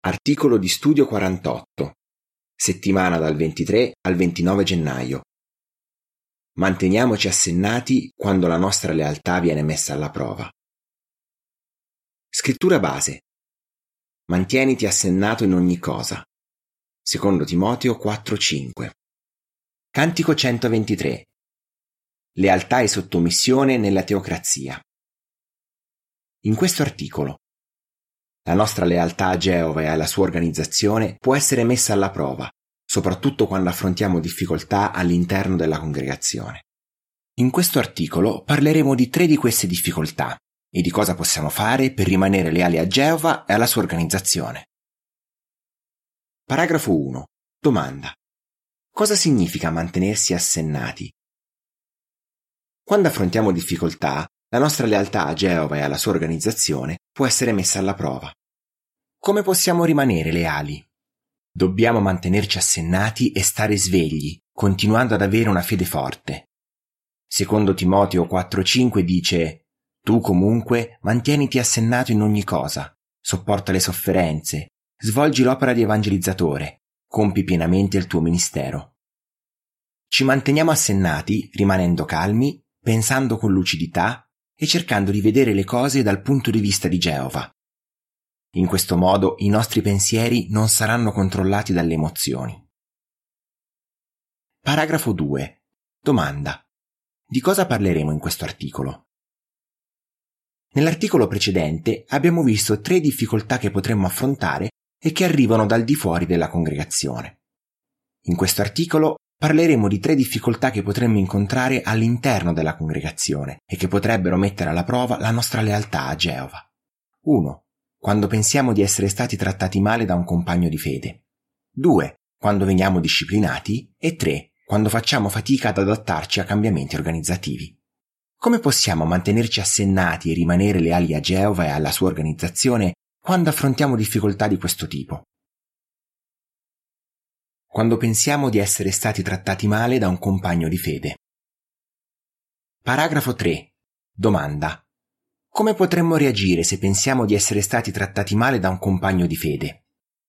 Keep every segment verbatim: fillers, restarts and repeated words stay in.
Articolo di studio quarantotto. Settimana dal ventitré al ventinove gennaio. Manteniamoci assennati quando la nostra lealtà viene messa alla prova. Scrittura base. Mantieniti assennato in ogni cosa. Secondo Timoteo quattro cinque. Cantico centoventitré. Lealtà e sottomissione nella teocrazia. In questo articolo la nostra lealtà a Geova e alla sua organizzazione può essere messa alla prova, soprattutto quando affrontiamo difficoltà all'interno della congregazione. In questo articolo parleremo di tre di queste difficoltà e di cosa possiamo fare per rimanere leali a Geova e alla sua organizzazione. Paragrafo uno. Domanda. Cosa significa mantenersi assennati? Quando affrontiamo difficoltà, la nostra lealtà a Geova e alla sua organizzazione può essere messa alla prova. Come possiamo rimanere leali? Dobbiamo mantenerci assennati e stare svegli, continuando ad avere una fede forte. Secondo Timoteo quattro cinque dice: tu comunque mantieniti assennato in ogni cosa, sopporta le sofferenze, svolgi l'opera di evangelizzatore, compi pienamente il tuo ministero. Ci manteniamo assennati rimanendo calmi, pensando con lucidità e cercando di vedere le cose dal punto di vista di Geova. In questo modo i nostri pensieri non saranno controllati dalle emozioni. Paragrafo due. Domanda. Di cosa parleremo in questo articolo? Nell'articolo precedente abbiamo visto tre difficoltà che potremmo affrontare e che arrivano dal di fuori della congregazione. In questo articolo parleremo di tre difficoltà che potremmo incontrare all'interno della congregazione e che potrebbero mettere alla prova la nostra lealtà a Geova. uno. Quando pensiamo di essere stati trattati male da un compagno di fede. due. Quando veniamo disciplinati. E tre. Quando facciamo fatica ad adattarci a cambiamenti organizzativi. Come possiamo mantenerci assennati e rimanere leali a Geova e alla sua organizzazione quando affrontiamo difficoltà di questo tipo? Quando pensiamo di essere stati trattati male da un compagno di fede. Paragrafo tre. Domanda. Come potremmo reagire se pensiamo di essere stati trattati male da un compagno di fede?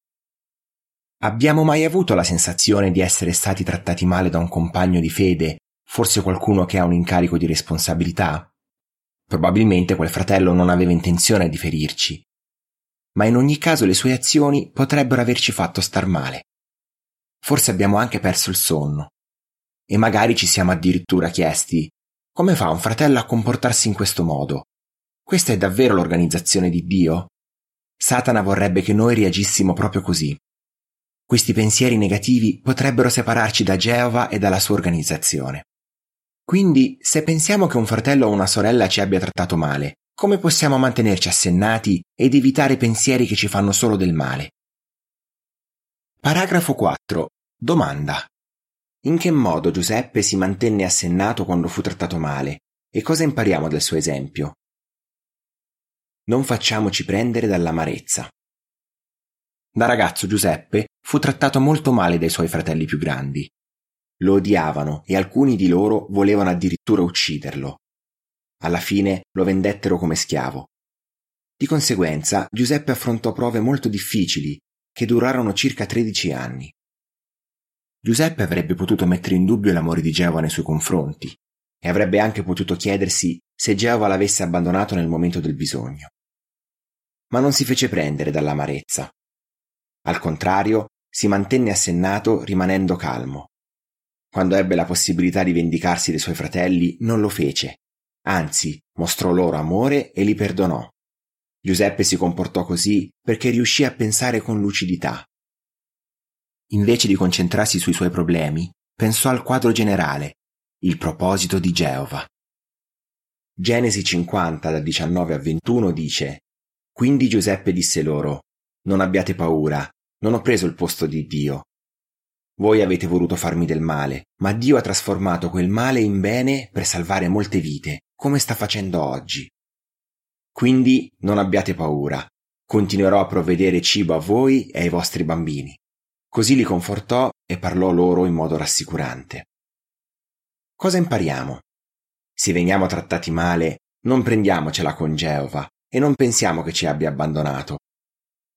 Abbiamo mai avuto la sensazione di essere stati trattati male da un compagno di fede, forse qualcuno che ha un incarico di responsabilità? Probabilmente quel fratello non aveva intenzione di ferirci, ma in ogni caso le sue azioni potrebbero averci fatto star male. Forse abbiamo anche perso il sonno e magari ci siamo addirittura chiesti: come fa un fratello a comportarsi in questo modo? Questa è davvero l'organizzazione di Dio? Satana vorrebbe che noi reagissimo proprio così. Questi pensieri negativi potrebbero separarci da Geova e dalla sua organizzazione. Quindi, se pensiamo che un fratello o una sorella ci abbia trattato male, come possiamo mantenerci assennati ed evitare pensieri che ci fanno solo del male? Paragrafo quattro. Domanda. In che modo Giuseppe si mantenne assennato quando fu trattato male e cosa impariamo dal suo esempio? Non facciamoci prendere dall'amarezza. Da ragazzo Giuseppe fu trattato molto male dai suoi fratelli più grandi. Lo odiavano e alcuni di loro volevano addirittura ucciderlo. Alla fine lo vendettero come schiavo. Di conseguenza Giuseppe affrontò prove molto difficili che durarono circa tredici anni. Giuseppe avrebbe potuto mettere in dubbio l'amore di Geova nei suoi confronti e avrebbe anche potuto chiedersi se Geova l'avesse abbandonato nel momento del bisogno. Ma non si fece prendere dall'amarezza. Al contrario, si mantenne assennato rimanendo calmo. Quando ebbe la possibilità di vendicarsi dei suoi fratelli, non lo fece, anzi, mostrò loro amore e li perdonò. Giuseppe si comportò così perché riuscì a pensare con lucidità. Invece di concentrarsi sui suoi problemi, pensò al quadro generale, il proposito di Geova. Genesi cinquanta, da diciannove a ventuno dice: Quindi Giuseppe disse loro: non abbiate paura, non ho preso il posto di Dio. Voi avete voluto farmi del male, ma Dio ha trasformato quel male in bene per salvare molte vite, come sta facendo oggi. Quindi non abbiate paura, continuerò a provvedere cibo a voi e ai vostri bambini. Così li confortò e parlò loro in modo rassicurante. Cosa impariamo? Se veniamo trattati male, non prendiamocela con Geova e non pensiamo che ci abbia abbandonato.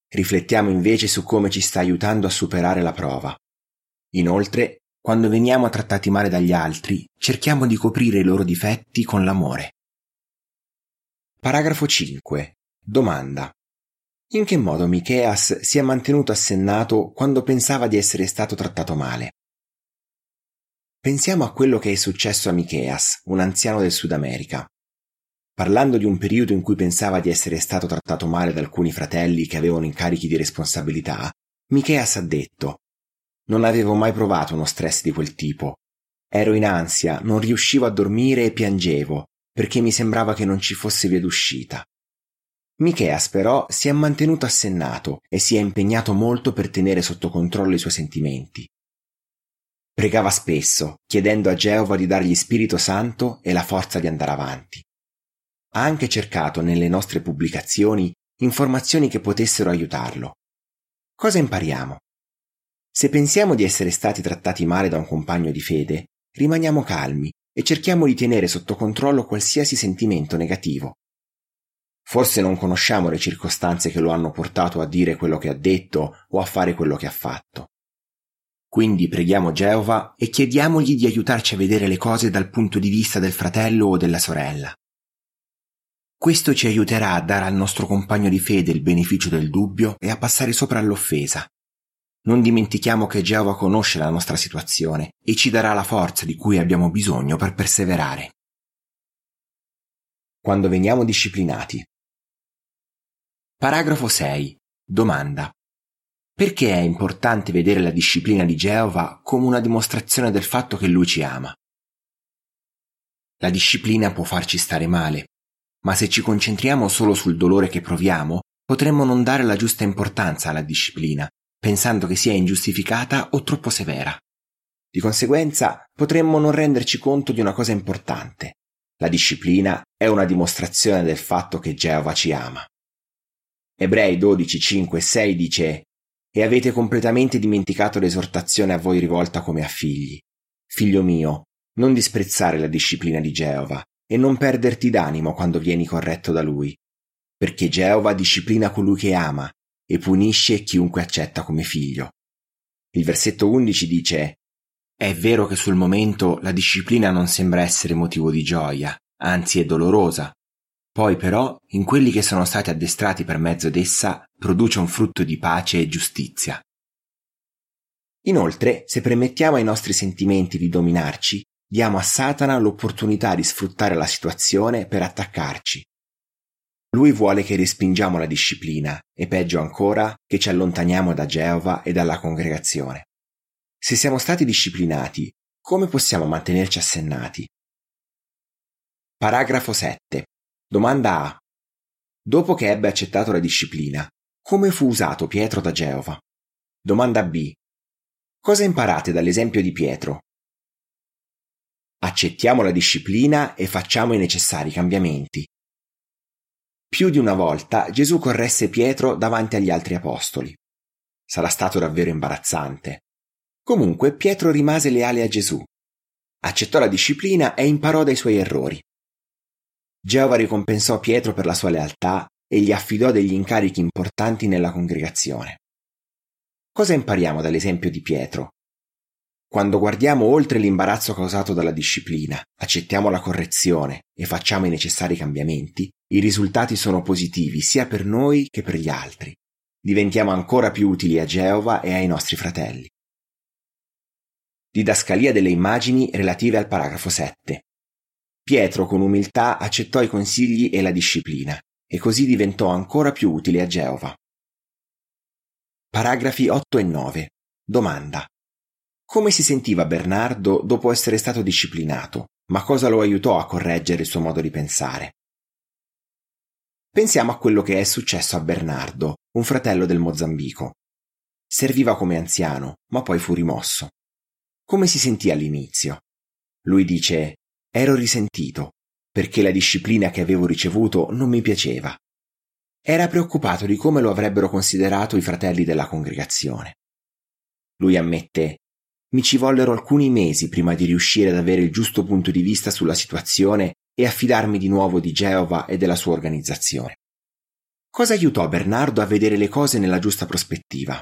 riflettiamo invece su come ci sta aiutando a superare la prova. Inoltre, quando veniamo trattati male dagli altri, cerchiamo di coprire i loro difetti con l'amore. Paragrafo cinque. Domanda. In che modo Micheas si è mantenuto assennato quando pensava di essere stato trattato male? Pensiamo a quello che è successo a Micheas, un anziano del Sud America. Parlando di un periodo in cui pensava di essere stato trattato male da alcuni fratelli che avevano incarichi di responsabilità, Micheas ha detto: «Non avevo mai provato uno stress di quel tipo. Ero in ansia, non riuscivo a dormire e piangevo, perché mi sembrava che non ci fosse via d'uscita». Micheas però si è mantenuto assennato e si è impegnato molto per tenere sotto controllo i suoi sentimenti. Pregava spesso, chiedendo a Geova di dargli Spirito Santo e la forza di andare avanti. Ha anche cercato nelle nostre pubblicazioni informazioni che potessero aiutarlo. Cosa impariamo? Se pensiamo di essere stati trattati male da un compagno di fede, rimaniamo calmi e cerchiamo di tenere sotto controllo qualsiasi sentimento negativo. Forse non conosciamo le circostanze che lo hanno portato a dire quello che ha detto o a fare quello che ha fatto. Quindi preghiamo Geova e chiediamogli di aiutarci a vedere le cose dal punto di vista del fratello o della sorella. Questo ci aiuterà a dare al nostro compagno di fede il beneficio del dubbio e a passare sopra all'offesa. Non dimentichiamo che Geova conosce la nostra situazione e ci darà la forza di cui abbiamo bisogno per perseverare. Quando veniamo disciplinati. Paragrafo sei. Domanda. Perché è importante vedere la disciplina di Geova come una dimostrazione del fatto che Lui ci ama? La disciplina può farci stare male, ma se ci concentriamo solo sul dolore che proviamo, potremmo non dare la giusta importanza alla disciplina, pensando che sia ingiustificata o troppo severa. Di conseguenza, potremmo non renderci conto di una cosa importante. La disciplina è una dimostrazione del fatto che Geova ci ama. Ebrei dodici, cinque e sei dice: «E avete completamente dimenticato l'esortazione a voi rivolta come a figli. Figlio mio, non disprezzare la disciplina di Geova e non perderti d'animo quando vieni corretto da Lui, perché Geova disciplina colui che ama e punisce chiunque accetta come figlio». Il versetto undici dice: «È vero che sul momento la disciplina non sembra essere motivo di gioia, anzi è dolorosa. Poi però, in quelli che sono stati addestrati per mezzo d'essa, produce un frutto di pace e giustizia». Inoltre, se permettiamo ai nostri sentimenti di dominarci, diamo a Satana l'opportunità di sfruttare la situazione per attaccarci. Lui vuole che respingiamo la disciplina e, peggio ancora, che ci allontaniamo da Geova e dalla congregazione. Se siamo stati disciplinati, come possiamo mantenerci assennati? Paragrafo sette. Domanda A. Dopo che ebbe accettato la disciplina, come fu usato Pietro da Geova? Domanda B. Cosa imparate dall'esempio di Pietro? Accettiamo la disciplina e facciamo i necessari cambiamenti. Più di una volta Gesù corresse Pietro davanti agli altri apostoli. Sarà stato davvero imbarazzante. Comunque Pietro rimase leale a Gesù. Accettò la disciplina e imparò dai suoi errori. Geova ricompensò Pietro per la sua lealtà e gli affidò degli incarichi importanti nella congregazione. Cosa impariamo dall'esempio di Pietro? Quando guardiamo oltre l'imbarazzo causato dalla disciplina, accettiamo la correzione e facciamo i necessari cambiamenti, i risultati sono positivi sia per noi che per gli altri. Diventiamo ancora più utili a Geova e ai nostri fratelli. Didascalia delle immagini relative al paragrafo sette. Pietro con umiltà accettò i consigli e la disciplina e così diventò ancora più utile a Geova. Paragrafi otto e nove. Domanda. Come si sentiva Bernardo dopo essere stato disciplinato, ma cosa lo aiutò a correggere il suo modo di pensare? Pensiamo a quello che è successo a Bernardo, un fratello del Mozambico. Serviva come anziano, ma poi fu rimosso. Come si sentì all'inizio? Lui dice: «Ero risentito, perché la disciplina che avevo ricevuto non mi piaceva». Era preoccupato di come lo avrebbero considerato i fratelli della congregazione. Lui ammette: «Mi ci vollero alcuni mesi prima di riuscire ad avere il giusto punto di vista sulla situazione e a fidarmi di nuovo di Geova e della sua organizzazione». Cosa aiutò Bernardo a vedere le cose nella giusta prospettiva?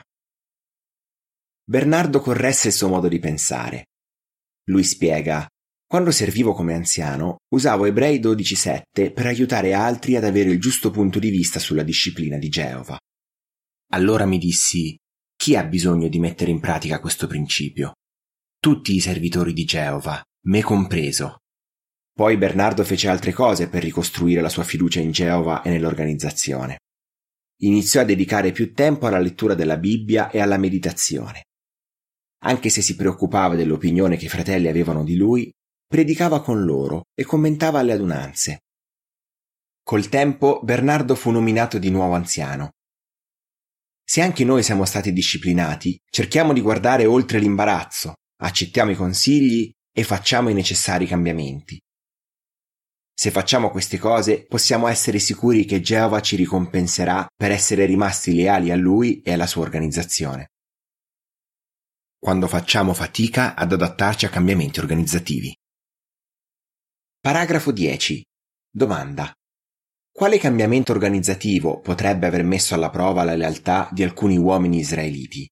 Bernardo corresse il suo modo di pensare. Lui spiega: quando servivo come anziano, usavo Ebrei dodici sette per aiutare altri ad avere il giusto punto di vista sulla disciplina di Geova. Allora mi dissi: chi ha bisogno di mettere in pratica questo principio? Tutti i servitori di Geova, me compreso. Poi Bernardo fece altre cose per ricostruire la sua fiducia in Geova e nell'organizzazione. Iniziò a dedicare più tempo alla lettura della Bibbia e alla meditazione. Anche se si preoccupava dell'opinione che i fratelli avevano di lui, predicava con loro e commentava alle adunanze. Col tempo Bernardo fu nominato di nuovo anziano. Se anche noi siamo stati disciplinati, cerchiamo di guardare oltre l'imbarazzo, accettiamo i consigli e facciamo i necessari cambiamenti. Se facciamo queste cose, possiamo essere sicuri che Geova ci ricompenserà per essere rimasti leali a Lui e alla sua organizzazione. Quando facciamo fatica ad adattarci a cambiamenti organizzativi. Paragrafo dieci. Domanda. Quale cambiamento organizzativo potrebbe aver messo alla prova la lealtà di alcuni uomini israeliti?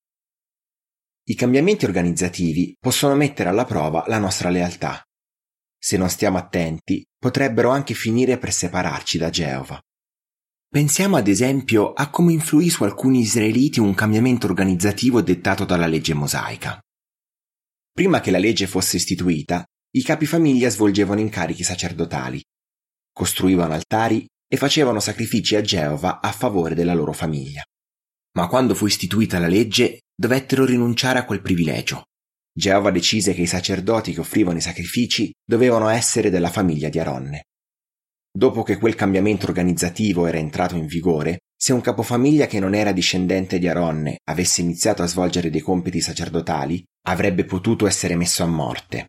I cambiamenti organizzativi possono mettere alla prova la nostra lealtà. Se non stiamo attenti, potrebbero anche finire per separarci da Geova. Pensiamo ad esempio a come influì su alcuni israeliti un cambiamento organizzativo dettato dalla legge mosaica. Prima che la legge fosse istituita, i capifamiglia svolgevano incarichi sacerdotali, costruivano altari e facevano sacrifici a Geova a favore della loro famiglia. Ma quando fu istituita la legge, dovettero rinunciare a quel privilegio. Geova decise che i sacerdoti che offrivano i sacrifici dovevano essere della famiglia di Aronne. Dopo che quel cambiamento organizzativo era entrato in vigore, se un capofamiglia che non era discendente di Aronne avesse iniziato a svolgere dei compiti sacerdotali, avrebbe potuto essere messo a morte.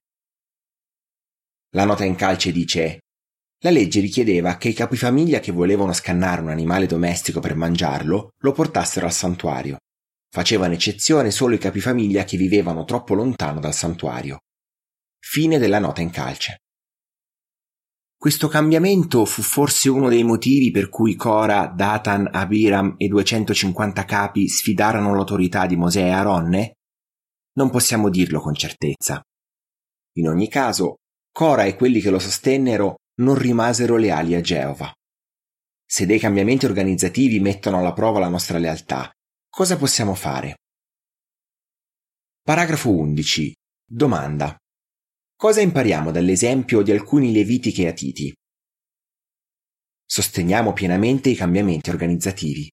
La nota in calce dice: la legge richiedeva che i capifamiglia che volevano scannare un animale domestico per mangiarlo lo portassero al santuario. Facevano eccezione solo i capifamiglia che vivevano troppo lontano dal santuario. Fine della nota in calce. Questo cambiamento fu forse uno dei motivi per cui Cora, Datan, Abiram e duecentocinquanta capi sfidarono l'autorità di Mosè e Aronne? Non possiamo dirlo con certezza. In ogni caso, Cora e quelli che lo sostennero non rimasero leali a Geova. Se dei cambiamenti organizzativi mettono alla prova la nostra lealtà, cosa possiamo fare? Paragrafo undici. Domanda. Cosa impariamo dall'esempio di alcuni leviti cheatiti? Sosteniamo pienamente i cambiamenti organizzativi.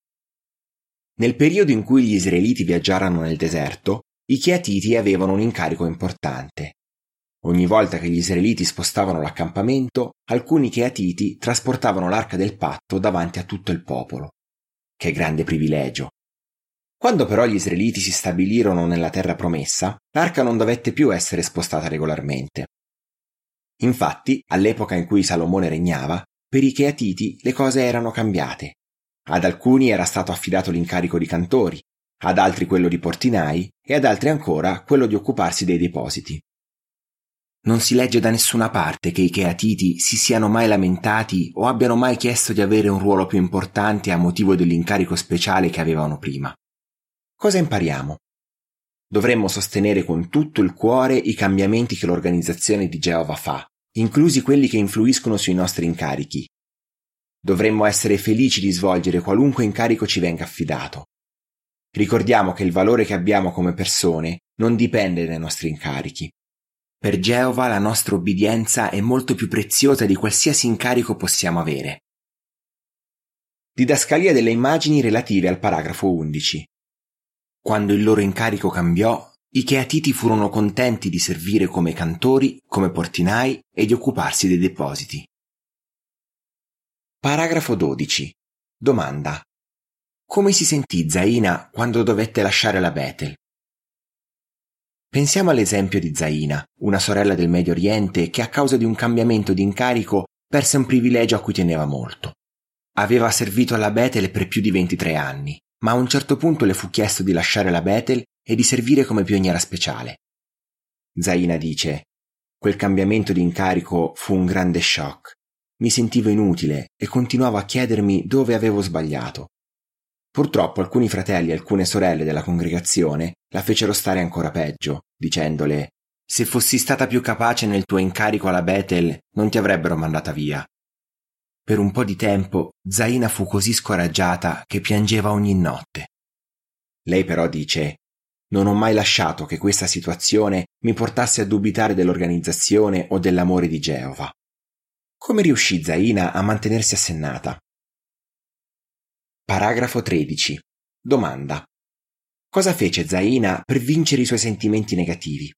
Nel periodo in cui gli israeliti viaggiarono nel deserto, i cheatiti avevano un incarico importante. Ogni volta che gli israeliti spostavano l'accampamento, alcuni cheatiti trasportavano l'arca del patto davanti a tutto il popolo. Che grande privilegio! Quando però gli israeliti si stabilirono nella terra promessa, l'arca non dovette più essere spostata regolarmente. Infatti, all'epoca in cui Salomone regnava, per i cheatiti le cose erano cambiate. Ad alcuni era stato affidato l'incarico di cantori, ad altri quello di portinai e ad altri ancora quello di occuparsi dei depositi. Non si legge da nessuna parte che i cheatiti si siano mai lamentati o abbiano mai chiesto di avere un ruolo più importante a motivo dell'incarico speciale che avevano prima. Cosa impariamo? Dovremmo sostenere con tutto il cuore i cambiamenti che l'organizzazione di Geova fa, inclusi quelli che influiscono sui nostri incarichi. Dovremmo essere felici di svolgere qualunque incarico ci venga affidato. Ricordiamo che il valore che abbiamo come persone non dipende dai nostri incarichi. Per Geova la nostra obbedienza è molto più preziosa di qualsiasi incarico possiamo avere. Didascalia delle immagini relative al paragrafo undici. Quando il loro incarico cambiò, i cheatiti furono contenti di servire come cantori, come portinai e di occuparsi dei depositi. Paragrafo dodici. Domanda. Come si sentì Zaina quando dovette lasciare la Betel? Pensiamo all'esempio di Zaina, una sorella del Medio Oriente che a causa di un cambiamento di incarico perse un privilegio a cui teneva molto. Aveva servito alla Betel per più di ventitré anni, ma a un certo punto le fu chiesto di lasciare la Betel e di servire come pioniera speciale. Zaina dice: quel cambiamento di incarico fu un grande shock. mi sentivo inutile e continuavo a chiedermi dove avevo sbagliato. Purtroppo alcuni fratelli e alcune sorelle della congregazione la fecero stare ancora peggio, dicendole: «Se fossi stata più capace nel tuo incarico alla Bethel, non ti avrebbero mandata via». Per un po' di tempo Zaina fu così scoraggiata che piangeva ogni notte. Lei però dice: «Non ho mai lasciato che questa situazione mi portasse a dubitare dell'organizzazione o dell'amore di Geova». Come riuscì Zaina a mantenersi assennata? Paragrafo tredici. Domanda. Cosa fece Zaina per vincere i suoi sentimenti negativi?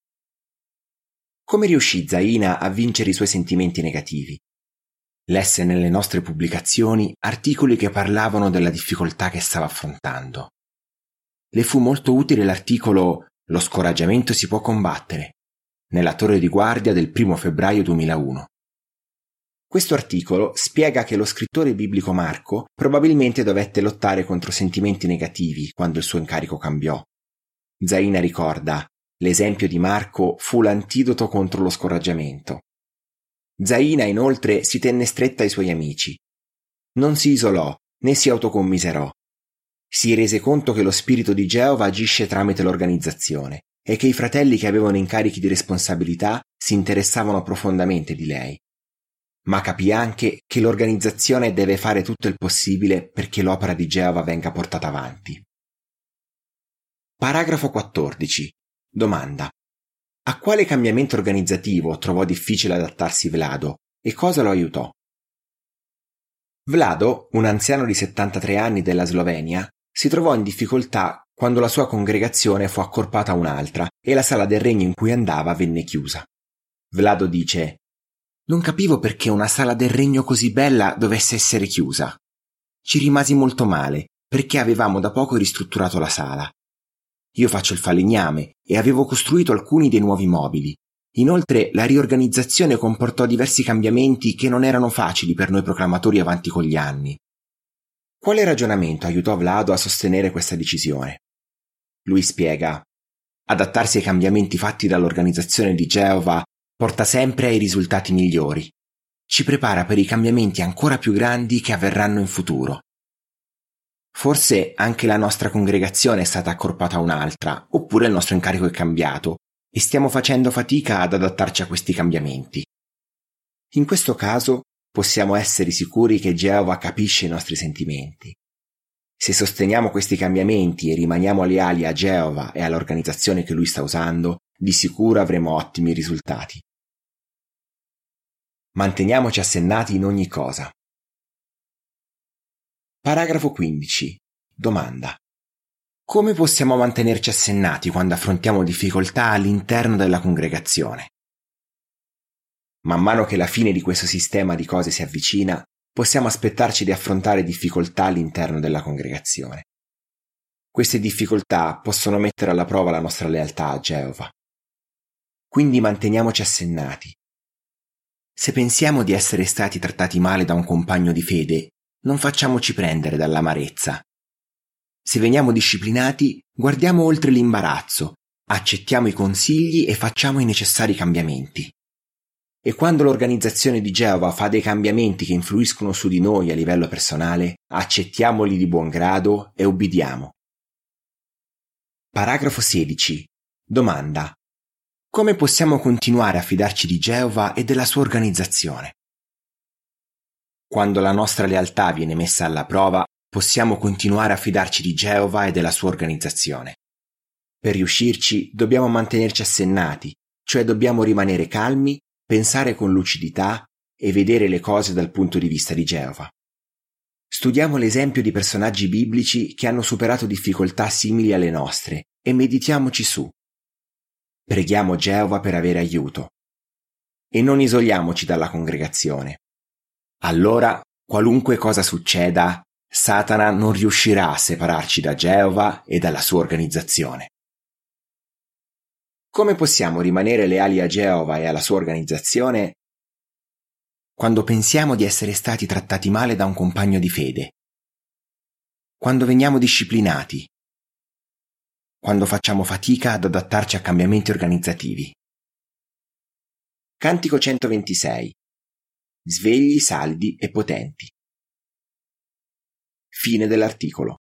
Come riuscì Zaina a vincere i suoi sentimenti negativi? Lesse nelle nostre pubblicazioni articoli che parlavano della difficoltà che stava affrontando. Le fu molto utile l'articolo «Lo scoraggiamento si può combattere» nella torre di guardia del primo febbraio duemilauno. Questo articolo spiega che lo scrittore biblico Marco probabilmente dovette lottare contro sentimenti negativi quando il suo incarico cambiò. Zaina ricorda: l'esempio di Marco fu l'antidoto contro lo scoraggiamento. Zaina inoltre si tenne stretta ai suoi amici. Non si isolò né si autocommiserò. Si rese conto che lo spirito di Geova agisce tramite l'organizzazione e che i fratelli che avevano incarichi di responsabilità si interessavano profondamente di lei. Ma capì anche che l'organizzazione deve fare tutto il possibile perché l'opera di Geova venga portata avanti. Paragrafo quattordici. Domanda. A quale cambiamento organizzativo trovò difficile adattarsi Vlado e cosa lo aiutò? Vlado, un anziano di settantatré anni della Slovenia, si trovò in difficoltà quando la sua congregazione fu accorpata a un'altra e la sala del regno in cui andava venne chiusa. Vlado dice: «Non capivo perché una sala del regno così bella dovesse essere chiusa. Ci rimasi molto male, perché avevamo da poco ristrutturato la sala. Io faccio il falegname e avevo costruito alcuni dei nuovi mobili. Inoltre la riorganizzazione comportò diversi cambiamenti che non erano facili per noi proclamatori avanti con gli anni». Quale ragionamento aiutò Vlado a sostenere questa decisione? Lui spiega: «Adattarsi ai cambiamenti fatti dall'organizzazione di Geova porta sempre ai risultati migliori. Ci prepara per i cambiamenti ancora più grandi che avverranno in futuro». Forse anche la nostra congregazione è stata accorpata a un'altra, oppure il nostro incarico è cambiato e stiamo facendo fatica ad adattarci a questi cambiamenti. In questo caso possiamo essere sicuri che Geova capisce i nostri sentimenti. Se sosteniamo questi cambiamenti e rimaniamo leali a Geova e all'organizzazione che lui sta usando, di sicuro avremo ottimi risultati. Manteniamoci assennati in ogni cosa. Paragrafo quindici. Domanda. Come possiamo mantenerci assennati quando affrontiamo difficoltà all'interno della congregazione? Man mano che la fine di questo sistema di cose si avvicina, possiamo aspettarci di affrontare difficoltà all'interno della congregazione. Queste difficoltà possono mettere alla prova la nostra lealtà a Geova. Quindi manteniamoci assennati. Se pensiamo di essere stati trattati male da un compagno di fede, non facciamoci prendere dall'amarezza. Se veniamo disciplinati, guardiamo oltre l'imbarazzo, accettiamo i consigli e facciamo i necessari cambiamenti. E quando l'organizzazione di Geova fa dei cambiamenti che influiscono su di noi a livello personale, accettiamoli di buon grado e ubbidiamo. Paragrafo sedici. Domanda. Come possiamo continuare a fidarci di Geova e della sua organizzazione? Quando la nostra lealtà viene messa alla prova, possiamo continuare a fidarci di Geova e della sua organizzazione. Per riuscirci, dobbiamo mantenerci assennati, cioè dobbiamo rimanere calmi, pensare con lucidità e vedere le cose dal punto di vista di Geova. Studiamo l'esempio di personaggi biblici che hanno superato difficoltà simili alle nostre e meditiamoci su. Preghiamo Geova per avere aiuto. E non isoliamoci dalla congregazione. Allora, qualunque cosa succeda, Satana non riuscirà a separarci da Geova e dalla sua organizzazione. Come possiamo rimanere leali a Geova e alla sua organizzazione? Quando pensiamo di essere stati trattati male da un compagno di fede. Quando veniamo disciplinati. Quando facciamo fatica ad adattarci a cambiamenti organizzativi. Cantico centoventisei. svegli, saldi e potenti. Fine dell'articolo.